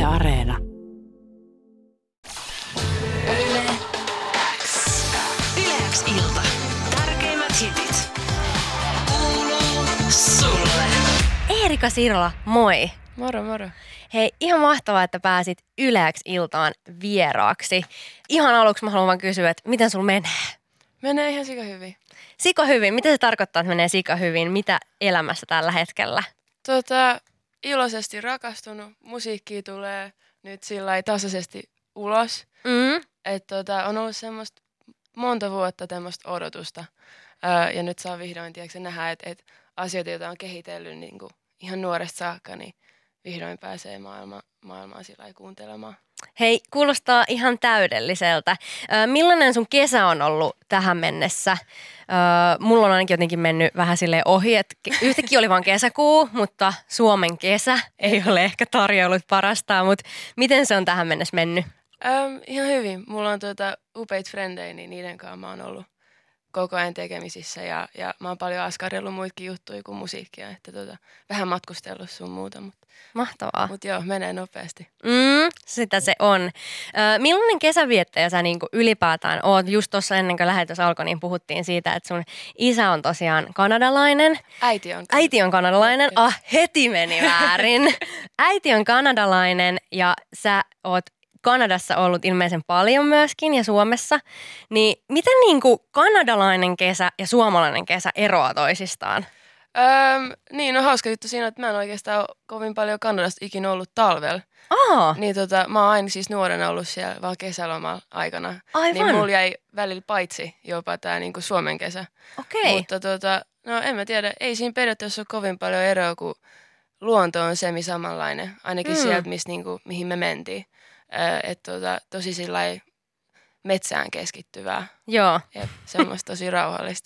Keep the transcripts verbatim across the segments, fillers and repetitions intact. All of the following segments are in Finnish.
Yle Areena. Yle X. Yle X ilta. Tärkeimmät hitit. Kuuluu sulle. Eerika Sirola, moi. Moro, moro. Hei, ihan mahtavaa, että pääsit Yle X-iltaan vieraaksi. Ihan aluksi mä haluan vaan kysyä, että miten sulla menee? Menee ihan sika hyvin. Sika hyvin. Mitä se tarkoittaa, että menee sika hyvin? Mitä elämässä tällä hetkellä? Tota, iloisesti rakastunut. Musiikkia tulee nyt sillä lailla tasaisesti ulos. Mm. Että tota, on ollut semmoista monta vuotta tämmöistä odotusta. Öö, ja nyt saa vihdoin tiedätkö, nähdä, että et asioita, joita on kehitellyt niin kuin ihan nuoresta saakka, niin vihdoin pääsee maailma, maailmaa sillä lailla kuuntelemaan. Hei, kuulostaa ihan täydelliseltä. Ö, millainen sun kesä on ollut tähän mennessä? Ö, mulla on ainakin jotenkin mennyt vähän silleen ohi, että yhtäkkiä oli vaan kesäkuu, mutta Suomen kesä ei ole ehkä tarjoillut parastaan, mutta miten se on tähän mennessä mennyt? Öm, ihan hyvin. Mulla on tuota upeita frendejä, niin niiden kanssa mä oon ollut koko ajan tekemisissä ja, ja mä oon paljon askarellut muitakin juttuja kuin musiikkia, että tota, vähän matkustellut sun muuta, mutta Mahtavaa. mut joo, menee nopeasti. Mm, sitä se on. Ö, millainen kesäviettäjä sä niinku ylipäätään oot? Just tuossa ennen kuin lähetys alkoi, niin puhuttiin siitä, että sun isä on tosiaan kanadalainen. Äiti on. Äiti on kanadalainen. Ah, heti meni väärin. Äiti on kanadalainen ja sä oot Kanadassa ollut ilmeisen paljon myöskin ja Suomessa. Niin miten niinku kanadalainen kesä ja suomalainen kesä eroaa toisistaan? Öm, niin, no hauska juttu siinä, että mä en oikeastaan ole kovin paljon Kanadasta ikinä ollut talvella. Aa, Niin tota, mä oon aina siis nuorena ollut siellä vaan kesälomalla aikana. aivan. Niin mulla jäi välillä paitsi jopa tää niinku Suomen kesä. Okei. Mutta tota, no en mä tiedä, ei siinä periaatteessa ole kovin paljon eroa, kun luonto on semi samanlainen. Ainakin Mm. sieltä, miss, niinku, mihin me mentiin. Että tota, tosi sillai metsään keskittyvää Joo. ja semmoista tosi rauhallista.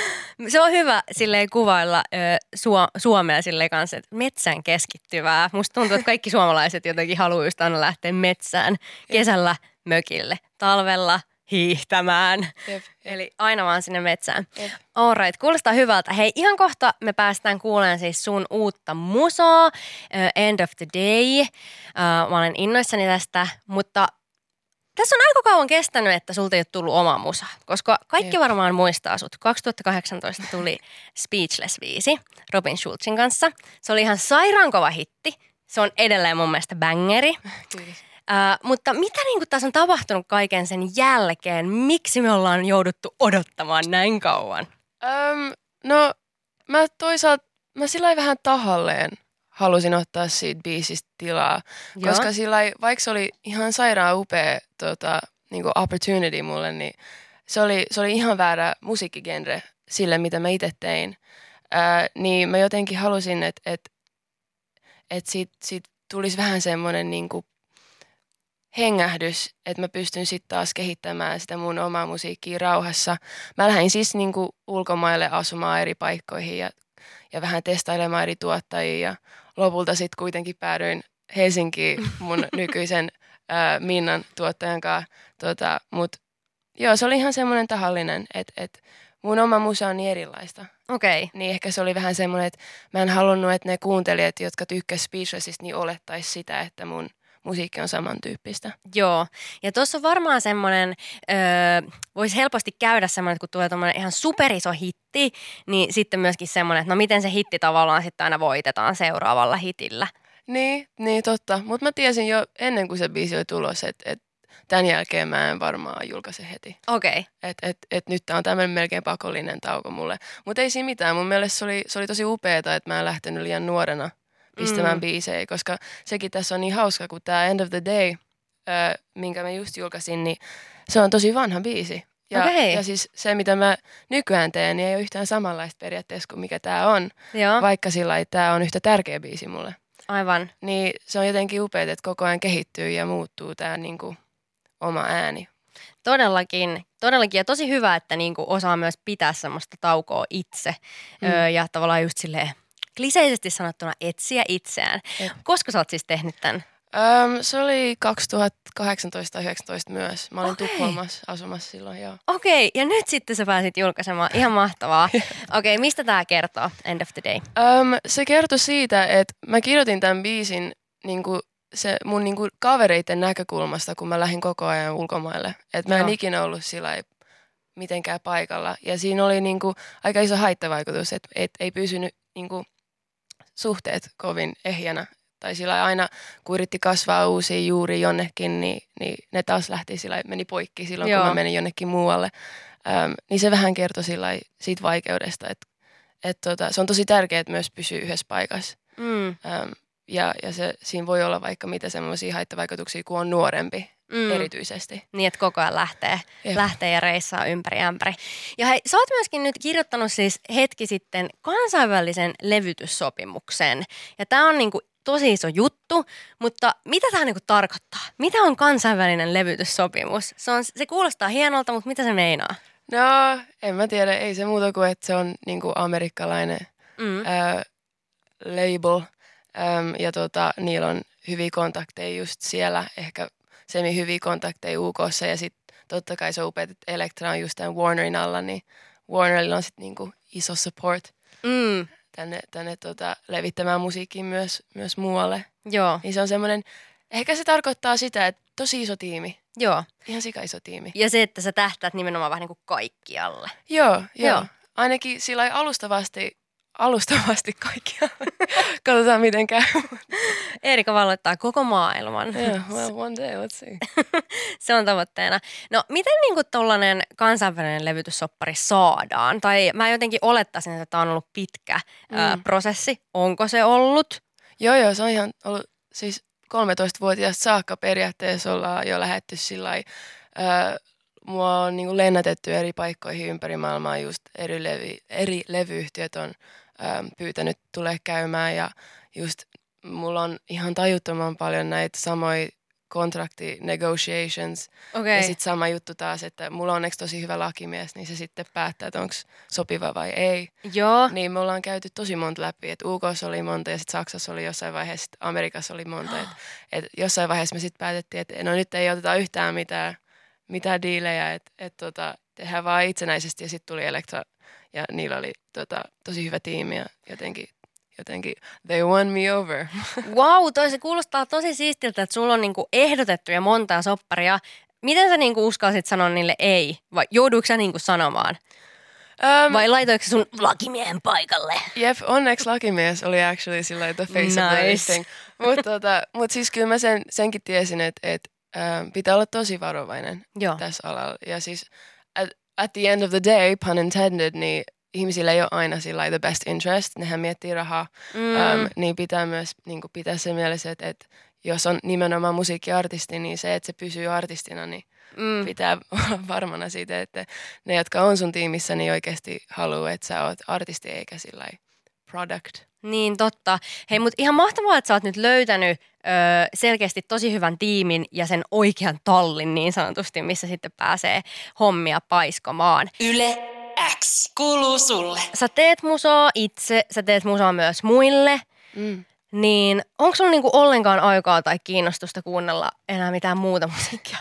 Se on hyvä silleen kuvailla ö, Suo- Suomea silleen kanssa, että metsään keskittyvää. Musta tuntuu, että kaikki suomalaiset jotenkin haluaa just aina lähteä metsään. Kesällä mökille, talvella hiihtämään. Jep, jep, Eli aina vaan sinne metsään. jep. Alright, kuulostaa hyvältä. Hei, ihan kohta me päästään kuulemaan siis sun uutta musaa, uh, End of the Day. Uh, mä olen innoissani tästä, mutta tässä on aika kauan kestänyt, että sulta ei ole tullut oma musa, koska kaikki Jep. varmaan muistaa sut. kaksituhattakahdeksantoista tuli Speechless-biisi Robin Schulzin kanssa. Se oli ihan sairaan kova hitti. Se on edelleen mun mielestä bangeri. Kiitos. Uh, mutta mitä niin kuin tässä on tapahtunut kaiken sen jälkeen? Miksi me ollaan jouduttu odottamaan näin kauan? Öm, no mä toisaalta, mä sillä lailla vähän tahalleen halusin ottaa siitä biisistä tilaa. Joo. Koska sillä lailla, vaikka se oli ihan sairaan upea tota, niinku opportunity mulle, niin se oli, se oli ihan väärä musiikkigenre sille, mitä mä itse tein. Ää, niin mä jotenkin halusin, että et, et siitä, siitä tulisi vähän semmoinen niinku hengähdys, että mä pystyn sitten taas kehittämään sitä mun omaa musiikkia rauhassa. Mä lähdin siis niinku ulkomaille asumaan eri paikkoihin ja, ja vähän testailemaan eri tuottajia ja lopulta sitten kuitenkin päädyin Helsinkiin mun nykyisen ää, Minnan tuottajan kanssa. Tota, mut joo, se oli ihan semmoinen tahallinen, että et mun oma musa on niin erilaista. Okei. Okay. Niin ehkä se oli vähän semmoinen, että mä en halunnut, että ne kuuntelijat, jotka tykkäs Speechlessista, niin olettaisi sitä, että mun musiikki on samantyyppistä. Joo. Ja tuossa on varmaan semmoinen, öö, voisi helposti käydä semmoinen, että kun tulee tommoinen ihan superiso hitti, niin sitten myöskin semmoinen, että no miten se hitti tavallaan sitten aina voitetaan seuraavalla hitillä. Niin, niin totta. Mutta mä tiesin jo ennen kuin se biisi oli tulos, että et tämän jälkeen mä en varmaan julkaise heti. Okei. Okay. Että et, et nyt tää on tämmöinen melkein pakollinen tauko mulle. Mutta ei siinä mitään. Mun mielestä se oli, se oli tosi upeeta, että mä en lähtenyt liian nuorena pistämään Mm. biisejä, koska sekin tässä on niin hauska, kun tämä End of the Day, äh, minkä mä just julkaisin, niin se on tosi vanha biisi. Ja, Okei. ja siis se, mitä mä nykyään teen, niin ei ole yhtään samanlaista periaatteessa kuin mikä tämä on, Joo, vaikka sillä lailla tämä on yhtä tärkeä biisi mulle. aivan. Niin se on jotenkin upeaa, että koko ajan kehittyy ja muuttuu tämä niinku oma ääni. Todellakin, todellakin. Ja tosi hyvä, että niinku osaa myös pitää semmoista taukoa itse. Mm. Öö, ja tavallaan just silleen kliseisesti sanottuna etsiä itseään. Jep. Koska sä oot siis tehnyt tämän? Öm, se oli kaksituhattakahdeksantoista yhdeksäntoista myös. Mä olin Okei. Tukholmassa asumassa silloin, joo. Okei, ja nyt sitten sä pääsit julkaisemaan. Ihan mahtavaa. Okei, mistä tää kertoo, End of the Day? Öm, se kertoi siitä, että mä kirjoitin tämän biisin niinku se mun niinku kavereiden näkökulmasta, kun mä lähdin koko ajan ulkomaille. Että mä en Joo. ikinä ollut sillä mitenkään paikalla. Ja siinä oli niinku aika iso haittavaikutus, että et ei pysynyt niinku suhteet kovin ehjänä. Tai sillä aina, kun yritti kasvaa uusia juuri jonnekin, niin, niin ne taas lähti sillä meni poikki silloin, Joo. kun mä menin jonnekin muualle. Öm, niin se vähän kertoi sillä siitä vaikeudesta, että et tota, se on tosi tärkeää, että myös pysyy yhdessä paikassa. Mm. Öm, ja ja se, siinä voi olla vaikka mitä semmoisia haittavaikutuksia, kun on nuorempi Mm. erityisesti. Niin, että koko ajan lähtee, Jep. lähtee ja reissaa ympäri ämpäri. Ja hei, sä oot myöskin nyt kirjoittanut siis hetki sitten kansainvälisen levytyssopimuksen. Ja tää on niinku tosi iso juttu, mutta mitä tämä niinku tarkoittaa? Mitä on kansainvälinen levytyssopimus? Se, on, se kuulostaa hienolta, mutta mitä se meinaa? No, en mä tiedä. Ei se muuta kuin, että se on niinku amerikkalainen Mm. ää, label. Äm, ja tota, niillä on hyviä kontakteja just siellä. Ehkä semi hyviä kontakteja U K:ssa. Ja sitten totta kai se on upea, että Elektra on just tämän Warnerin alla, niin Warnerilla on sitten niinku iso support Mm. tänne, tänne tota, levittämään musiikkiin myös, myös muualle. Joo, Niin se on semmoinen, ehkä se tarkoittaa sitä, että tosi iso tiimi. joo. Ihan sika iso tiimi. Ja se, että sä tähtäät nimenomaan vähän niin kuin kaikkialle. Joo, joo. Joo. joo. Ainakin sillä lailla alustavasti, alustavasti kaikkia. Katsotaan miten käy. Erika valloittaa koko maailman. yeah, well, one day, let's see. Se on tavoitteena. No, miten niinku tollainen kansainvälinen levytyssoppari saadaan? Tai mä jotenkin olettaisin, että tämä on ollut pitkä mm. ää, prosessi. Onko se ollut? Joo, joo, se on ihan ollut siis kolmetoistavuotiaasta saakka periaatteessa ollaan jo lähdetty sillä lailla. Öö, mua on niin kuin lennätetty eri paikkoihin ympäri maailmaa, just eri, levi, eri levyyhtiöt on öö, pyytänyt tulee käymään ja just mulla on ihan tajuttoman paljon näitä samoja kontrakti negotiations. Okei. Ja sitten sama juttu taas, että mulla on onneksi tosi hyvä lakimies, niin se sitten päättää, että onko sopiva vai ei. Joo. Niin me ollaan käyty tosi monta läpi, että U K:ssa oli monta ja sitten Saksassa oli jossain vaiheessa, sit Amerikassa oli monta. Että et jossain vaiheessa me sitten päätettiin, että no nyt ei oteta yhtään mitään, mitään diilejä, että et tota, tehdään vaan itsenäisesti ja sitten tuli Elektra ja niillä oli tota, tosi hyvä tiimi ja jotenkin, jotenkin they won me over. Wow, toi se kuulostaa tosi siistiltä, että sulla on niinku ehdotettuja montaa sopparia. Miten sä niinku uskalsit sanoa niille ei? Vai jouduiko sä niinku sanomaan? Um, Vai laitoiko se sun lakimiehen paikalle? Jep, onneksi lakimies oli actually sillä the face of the Nice. thing. Mutta tota, mut siis kyllä mä sen, senkin tiesin, että et, ähm, pitää olla tosi varovainen Joo. tässä alalla. Ja siis at, at the end of the day, pun intended, niin ihmisillä ei ole aina sillä the best interest. Nehän miettii rahaa. Mm. Ähm, niin pitää myös niin pitää se mielessä, että et, jos on nimenomaan musiikkiartisti, niin se, että se pysyy artistina, niin Mm. pitää olla varmana siitä, että ne, jotka on sun tiimissä, niin oikeasti haluaa, että sä oot artisti eikä sillä product. Niin totta. Hei, mutta ihan mahtavaa, että sä oot nyt löytänyt ö, selkeästi tosi hyvän tiimin ja sen oikean tallin niin sanotusti, missä sitten pääsee hommia paiskomaan. Yle X kuuluu sulle. Sä teet musaa itse, sä teet musaa myös muille, Mm. niin onko sulla niinku ollenkaan aikaa tai kiinnostusta kuunnella enää mitään muuta musiikkia?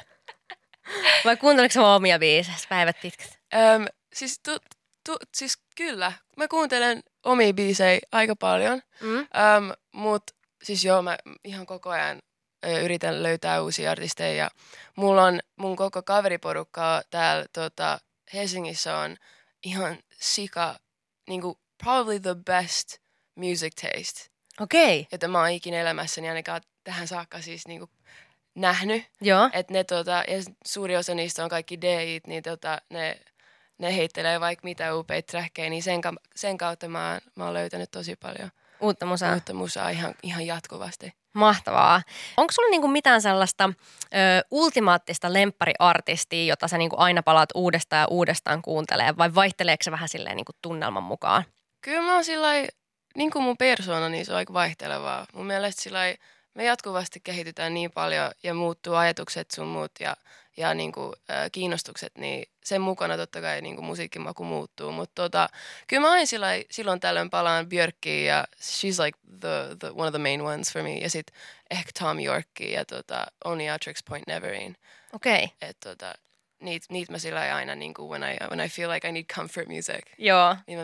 Vai kuunteletko sä vaan omia biisejä päivät pitkät? Öm, siis, tu, tu, siis kyllä, mä kuuntelen omia biisejä aika paljon, Mm? Öm, mutta siis joo, mä ihan koko ajan ö, yritän löytää uusia artisteja. Ja mulla on mun koko kaveriporukka täällä tota, Helsingissä on ihan sika, niinku probably the best music taste, Okei, jota mä oon ikinä elämässäni ainakaan tähän saakka siis niinku nähnyt. joo. Että ne tota, ja suuri osa niistä on kaikki D J:t, niin tota, ne, ne heittelee vaikka mitä upeita trackeja, niin sen, ka- sen kautta mä, oon- mä oon löytänyt tosi paljon Uutta musaa. uutta musaa ihan, ihan jatkuvasti. Mahtavaa. Onko sulla niinku mitään sellaista ö, ultimaattista lemppariartistia, jota sä niinku aina palaat uudestaan ja uudestaan kuuntelee, vai vaihteleeko se vähän silleen niinku tunnelman mukaan? Kyllä mä oon sillai, niin kuin mun persoona, niin se on aika vaihtelevaa. Mun mielestä sillai, me jatkuvasti kehitytään niin paljon ja muuttuu ajatukset sun muut ja, ja niin kuin, äh, kiinnostukset, niin sen mukana totta kai niin kuin musiikkimaku muuttuu. Mutta tota, kyllä mä aina sillai, silloin tällöin palaan Björkkiin ja she's like the, the, one of the main ones for me. Ja sit ehkä Tom Yorkiin ja tota, Oniatrix Point Neveriin. Okei. Okay. Että tota, niitä niit mä sillai aina niin kuin when I, when I feel like I need comfort music, Joo. niin mä menen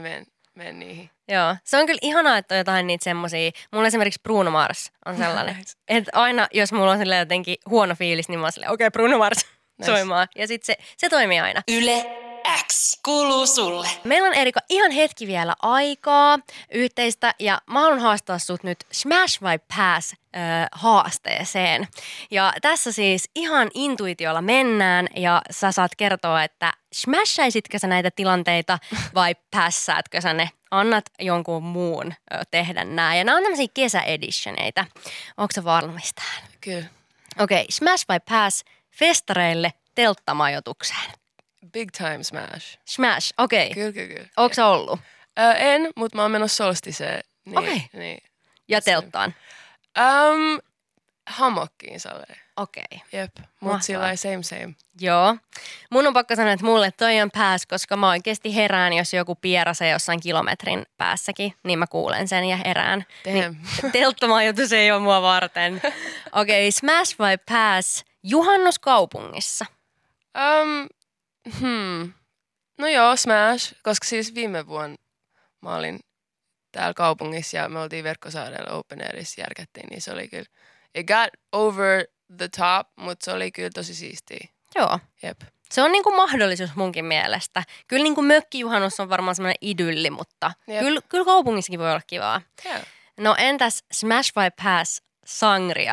mene niihin. Joo, se on kyllä ihanaa, että on jotain niitä semmosia. Mulla esimerkiksi Bruno Mars on sellainen. Nice. Että aina, jos mulla on silleen jotenkin huono fiilis, niin mä oon silleen, okei, okay, Bruno Mars Nice. soimaan. Ja sit se, se toimii aina. Yle X kuuluu sulle. Meillä on Erika ihan hetki vielä aikaa yhteistä ja mä haluan haastaa sut nyt Smash vai Pass äh, haasteeseen. Ja tässä siis ihan intuitiolla mennään ja sä saat kertoa, että smashaisitkö sä näitä tilanteita vai passäätkö sä ne? Annat jonkun muun ö, tehdä nää. Ja nämä on tämmöisiä kesäeditioneita. Onko sä valmis tähän? Kyllä. Okei, okay, smash vai pass festareille telttamajoitukseen? Big time smash. Smash, okei. Okay. Kyllä, kyllä, kyllä. Onko sä ollut? Ö, en, mutta mä oon menossa solstiseen. Niin, Okei. Niin. Ja telttaan? Um, hamokkiin salee. Okei. Okay. Jep, Mahtavaa. mut sillä same same. Joo. Mun on pakko sanoa, että mulle toi on pass, koska mä oikeasti herään, jos joku pierasee jossain kilometrin päässäkin, niin mä kuulen sen ja herään. Damn. Niin, telttamajoitus ei ole mua varten. Okei, okay, smash vai pass juhannuskaupungissa? Um, hmm. No joo, smash, koska siis viime vuonna mä olin täällä kaupungissa ja me oltiin Verkkosaarella Open Airissa järkättiin, niin se oli kyllä, it got over the top, mutta se oli kyllä tosi siistiä. Joo. Jep. Se on niinku mahdollisuus munkin mielestä. Kyllä niinku mökkijuhannus on varmaan semmoinen idylli, mutta Jep. kyllä, kyllä kaupungissakin voi olla kivaa. Yeah. No entäs smash vai pass sangria?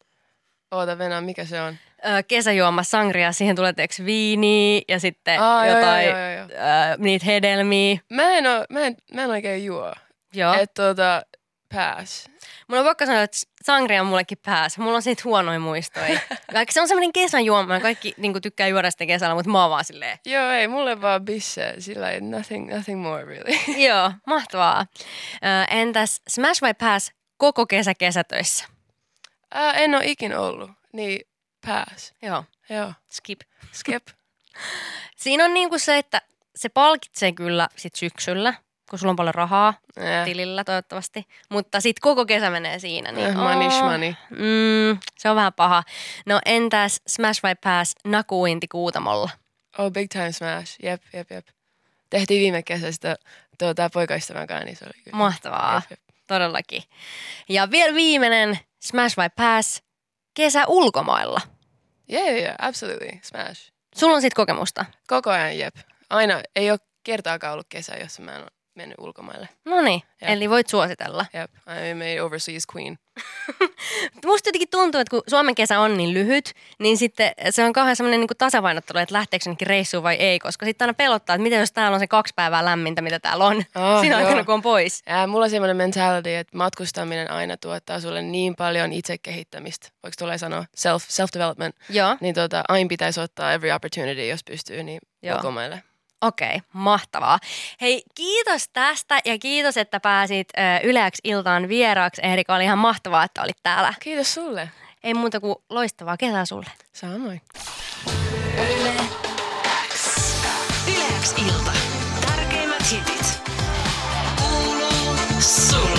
Oota Venä, mikä se on? Ö, kesäjuoma sangria, siihen tulee teeksi viiniä ja sitten Aa, joo, jotain joo, joo, joo. Ö, niitä hedelmiä. Mä en, oo, mä en, mä en oikein juo. Joo. Et tota, pass. Mulla on pakko sanoa, että sangria on mullekin pääs. Mulla on siitä huonoja muistoja. Vaikka se on semmoinen kesäjuoma ja kaikki niin tykkää juoda sitä kesällä, mutta mä oon vaan silleen. Joo, ei, mulle vaan bisse, sillä ei nothing, nothing more really. Joo, mahtavaa. Ö, entäs smash vai pass koko kesä kesätöissä? Ää, en oo ikin ollut, niin pass. Joo, Joo, skip. skip. Siinä on niinku se, että se palkitsee kyllä sit syksyllä, kun sulla on paljon rahaa Äh. tilillä toivottavasti. Mutta sit koko kesä menee siinä. Niin, Äh, money, oo, shmoney. mm, se on vähän paha. No entäs smash vai pass nakuinti Kuutamolla? Oh, big time smash. Jep, jep, jep. Tehtiin viime kesä sitä tuota, poikaystävän kanssa, niin se oli kyllä. Mahtavaa, Jep, jep. todellakin. Ja vielä viimeinen smash vai pass kesä ulkomailla. Yeah, yeah, yeah, absolutely. Smash. Sulla on sit kokemusta. Koko ajan, jep. Aina, ei ole kertaakaan ollut kesä, jossa mä en ole mennyt ulkomaille. No niin, Jep. eli voit suositella. Jep, I'm a overseas queen. Musta jotenkin tuntuu, että kun Suomen kesä on niin lyhyt, niin sitten se on kauhean semmoinen niin tasapainottelu, että lähteekö jonnekin reissuun vai ei, koska sitten aina pelottaa, että mitä jos täällä on se kaksi päivää lämmintä, mitä täällä on, Oh, siinä joo. aikana kun on pois. Ää, mulla on semmoinen mentality, että matkustaminen aina tuottaa sulle niin paljon itsekehittämistä. Voiko tulee sanoa self, self-development? Joo, Niin tota, aina pitäisi ottaa every opportunity, jos pystyy, niin Joo. ulkomaille. okei, okay, mahtavaa. Hei, kiitos tästä ja kiitos, että pääsit ö, Yle X iltaan vieraaksi. Erika, oli ihan mahtavaa, että olit täällä. Kiitos sulle. Ei muuta kuin loistavaa kesää sulle. Samoin. Yle X. Yle X ilta. Tärkeimmät hitit. Kuuluu sulle.